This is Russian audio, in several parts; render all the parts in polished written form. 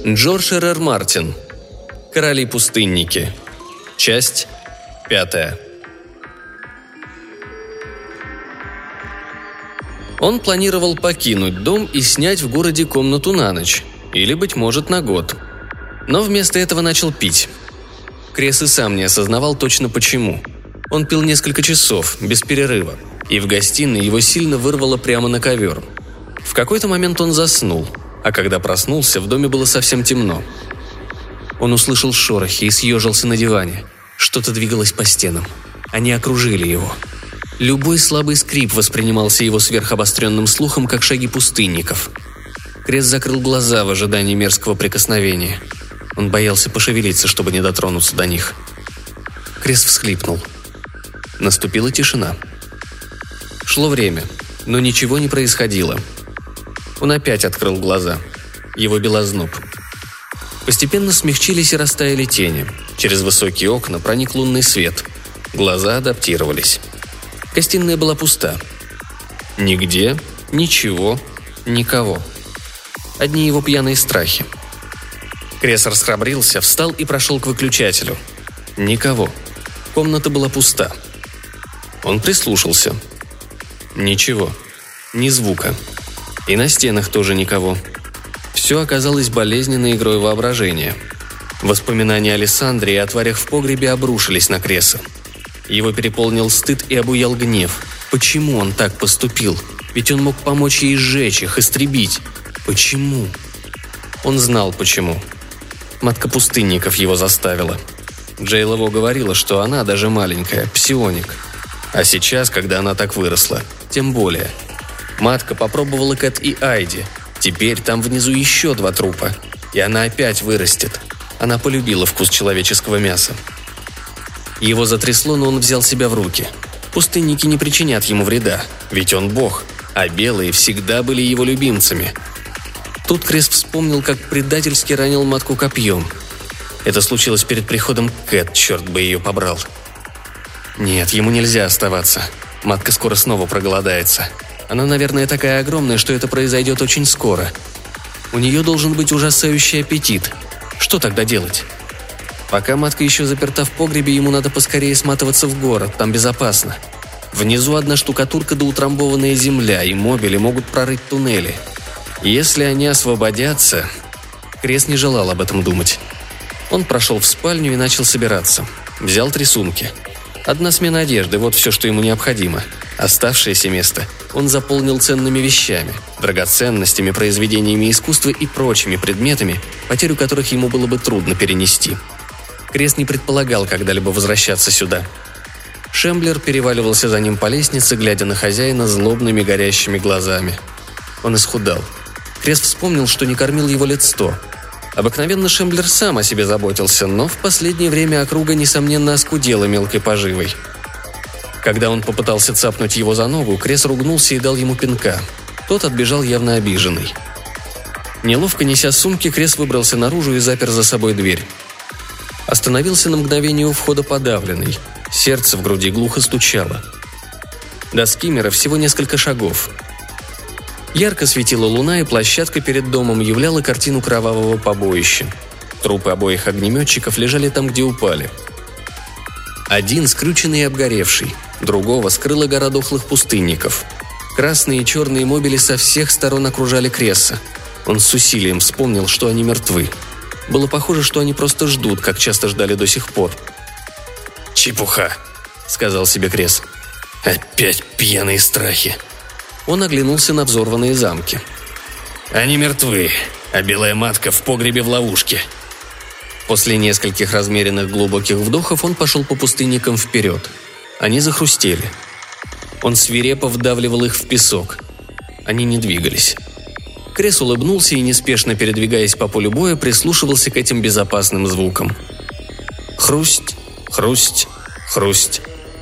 Джордж Р.Р. Мартин. Короли-пустынники. Часть 5. Он планировал покинуть дом и снять в городе комнату на ночь, или, быть может, на год. Но вместо этого начал пить. Крес и сам не осознавал точно почему. Он пил несколько часов, без перерыва, и в гостиной его сильно вырвало прямо на ковер. В какой-то момент он заснул, а когда проснулся, в доме было совсем темно. Он услышал шорохи и съежился на диване. Что-то двигалось по стенам. Они окружили его. Любой слабый скрип воспринимался его сверхобостренным слухом, как шаги пустынников. Крес закрыл глаза в ожидании мерзкого прикосновения. Он боялся пошевелиться, чтобы не дотронуться до них. Крес всхлипнул. Наступила тишина. Шло время, но ничего не происходило. Он опять открыл глаза. Его бил озноб. Постепенно смягчились и растаяли тени. Через высокие окна проник лунный свет. Глаза адаптировались. Гостиная была пуста. Нигде, ничего, никого. Одни его пьяные страхи. Крес расхрабрился, встал и прошел к выключателю. Никого. Комната была пуста. Он прислушался. Ничего. Ни звука. И на стенах тоже никого. Все оказалось болезненной игрой воображения. Воспоминания о Лиссандре и о тварях в погребе обрушились на Креса. Его переполнил стыд и обуял гнев. Почему он так поступил? Ведь он мог помочь ей сжечь их, истребить. Почему? Он знал, почему. Матка пустынников его заставила. Джейлово говорила, что она, даже маленькая, псионик. А сейчас, когда она так выросла, тем более. Матка попробовала Кэт и Айди. Теперь там внизу еще 2 трупа. И она опять вырастет. Она полюбила вкус человеческого мяса. Его затрясло, но он взял себя в руки. Пустынники не причинят ему вреда, ведь он бог, а белые всегда были его любимцами. Тут Крес вспомнил, как предательски ранил матку копьем. Это случилось перед приходом Кэт, черт бы ее побрал. Нет, ему нельзя оставаться. Матка скоро снова проголодается. Она, наверное, такая огромная, что это произойдет очень скоро. У нее должен быть ужасающий аппетит. Что тогда делать? Пока матка еще заперта в погребе, ему надо поскорее сматываться в город, там безопасно. Внизу одна штукатурка да утрамбованная земля, и мобили могут прорыть туннели. Если они освободятся... Крес не желал об этом думать. Он прошел в спальню и начал собираться. Взял 3 сумки. 1 смена одежды – вот все, что ему необходимо. Оставшееся место он заполнил ценными вещами, драгоценностями, произведениями искусства и прочими предметами, потерю которых ему было бы трудно перенести. Крес не предполагал когда-либо возвращаться сюда. Шемблер переваливался за ним по лестнице, глядя на хозяина злобными горящими глазами. Он исхудал. Крес вспомнил, что не кормил его лет 100. Обыкновенно Шемблер сам о себе заботился, но в последнее время округа, несомненно, оскудела мелкой поживой. Когда он попытался цапнуть его за ногу, Крес ругнулся и дал ему пинка. Тот отбежал явно обиженный. Неловко неся сумки, Крес выбрался наружу и запер за собой дверь. Остановился на мгновение у входа подавленный. Сердце в груди глухо стучало. До скиммера всего несколько шагов. Ярко светила луна, и площадка перед домом являла картину кровавого побоища. Трупы обоих огнеметчиков лежали там, где упали. Один скрюченный и обгоревший, другого скрыла гора дохлых пустынников. Красные и черные мобили со всех сторон окружали Креса. Он с усилием вспомнил, что они мертвы. Было похоже, что они просто ждут, как часто ждали до сих пор. «Чепуха», — сказал себе Крес. «Опять пьяные страхи». Он оглянулся на взорванные замки. «Они мертвы, а белая матка в погребе в ловушке». После нескольких размеренных глубоких вдохов он пошел по пустынникам вперед. Они захрустели. Он свирепо вдавливал их в песок. Они не двигались. Крес улыбнулся и, неспешно передвигаясь по полю боя, прислушивался к этим безопасным звукам. Хрусть, хрусть, хрусть.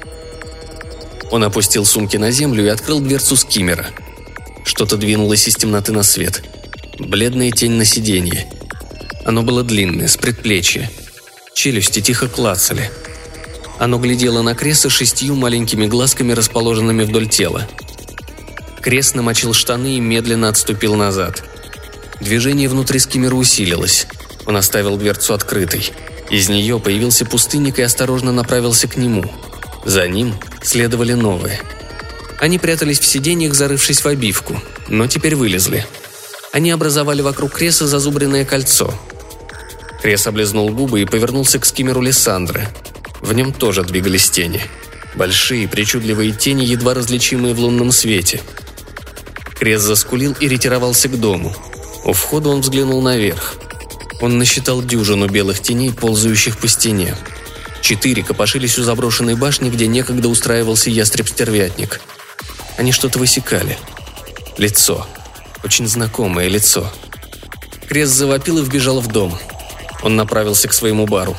Он опустил сумки на землю и открыл дверцу скиммера. Что-то двинулось из темноты на свет. Бледная тень на сиденье. Оно было длинное, с предплечья. Челюсти тихо клацали. Оно глядело на Креса 6 маленькими глазками, расположенными вдоль тела. Крес намочил штаны и медленно отступил назад. Движение внутри скиммера усилилось. Он оставил дверцу открытой. Из нее появился пустынник и осторожно направился к нему. За ним следовали новые. Они прятались в сиденьях, зарывшись в обивку, но теперь вылезли. Они образовали вокруг Креса зазубренное кольцо. Крес облизнул губы и повернулся к скиммеру Лиссандры. В нем тоже двигались тени. Большие, причудливые тени, едва различимые в лунном свете. Крес заскулил и ретировался к дому. У входа он взглянул наверх. Он насчитал дюжину белых теней, ползающих по стене. 4 копошились у заброшенной башни, где некогда устраивался ястреб-стервятник. Они что-то высекали. Лицо. Очень знакомое лицо. Крес завопил и вбежал в дом. Он направился к своему бару.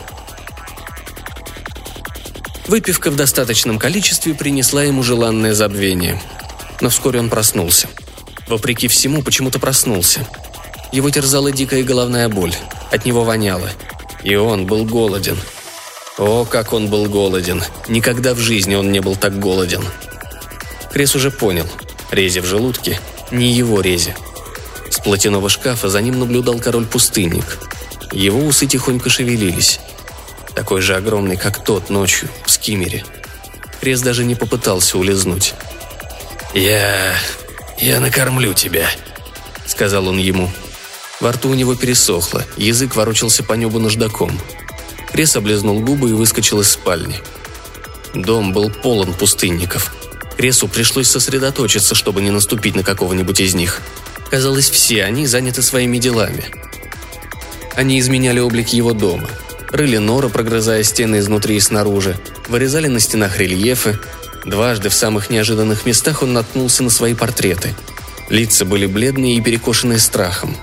Выпивка в достаточном количестве принесла ему желанное забвение. Но вскоре он проснулся. Вопреки всему, почему-то проснулся. Его терзала дикая головная боль. От него воняло. И он был голоден. О, как он был голоден. Никогда в жизни он не был так голоден. Крес уже понял. Рези в желудке – не его рези. С платяного шкафа за ним наблюдал король-пустынник. Его усы тихонько шевелились. Такой же огромный, как тот ночью, в скиммере. Крес даже не попытался улизнуть. «Я накормлю тебя», — сказал он ему. Во рту у него пересохло, язык ворочался по небу наждаком. Крес облизнул губы и выскочил из спальни. Дом был полон пустынников. Кресу пришлось сосредоточиться, чтобы не наступить на кого-нибудь из них. Казалось, все они заняты своими делами. Они изменяли облик его дома. Рыли норы, прогрызая стены изнутри и снаружи, вырезали на стенах рельефы. Дважды в самых неожиданных местах он наткнулся на свои портреты. Лица были бледные и перекошенные страхом.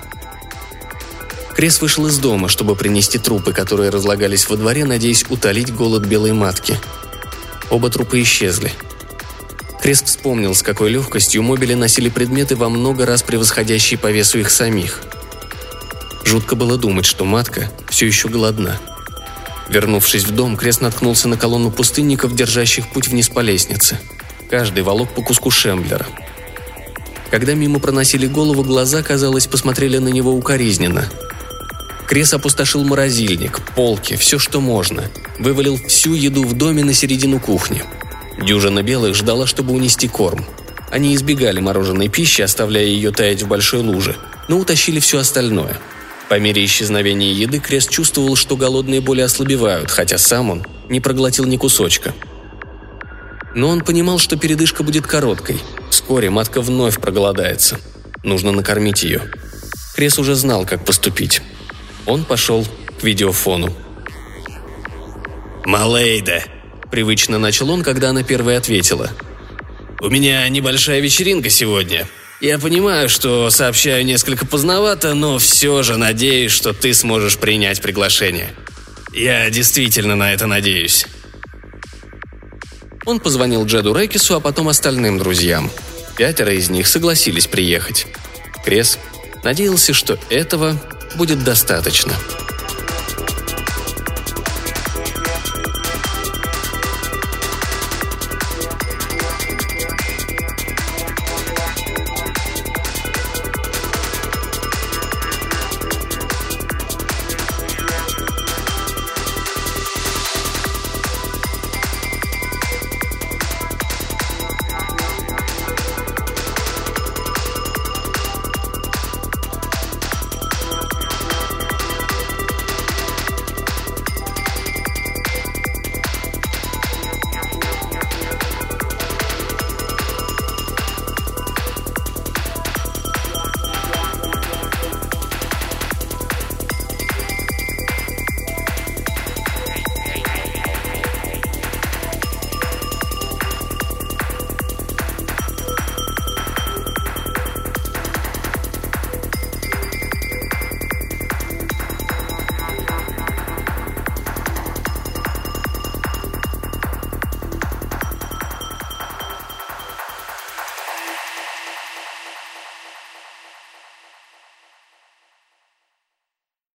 Крес вышел из дома, чтобы принести трупы, которые разлагались во дворе, надеясь утолить голод белой матки. Оба трупа исчезли. Крес вспомнил, с какой легкостью мобили носили предметы, во много раз превосходящие по весу их самих. Жутко было думать, что матка все еще голодна. Вернувшись в дом, Крес наткнулся на колонну пустынников, держащих путь вниз по лестнице. Каждый волок по куску шемблера. Когда мимо проносили голову, глаза, казалось, посмотрели на него укоризненно. Крес опустошил морозильник, полки, все, что можно. Вывалил всю еду в доме на середину кухни. Дюжина белых ждала, чтобы унести корм. Они избегали мороженой пищи, оставляя ее таять в большой луже, но утащили все остальное. По мере исчезновения еды Крес чувствовал, что голодные боли ослабевают, хотя сам он не проглотил ни кусочка. Но он понимал, что передышка будет короткой. Вскоре матка вновь проголодается. Нужно накормить ее. Крес уже знал, как поступить. Он пошел к видеофону. «Малейда», — привычно начал он, когда она первой ответила. «У меня небольшая вечеринка сегодня. Я понимаю, что сообщаю несколько поздновато, но все же надеюсь, что ты сможешь принять приглашение. Я действительно на это надеюсь». Он позвонил Джеду Рекису, а потом остальным друзьям. 5 из них согласились приехать. Крес надеялся, что этого будет достаточно.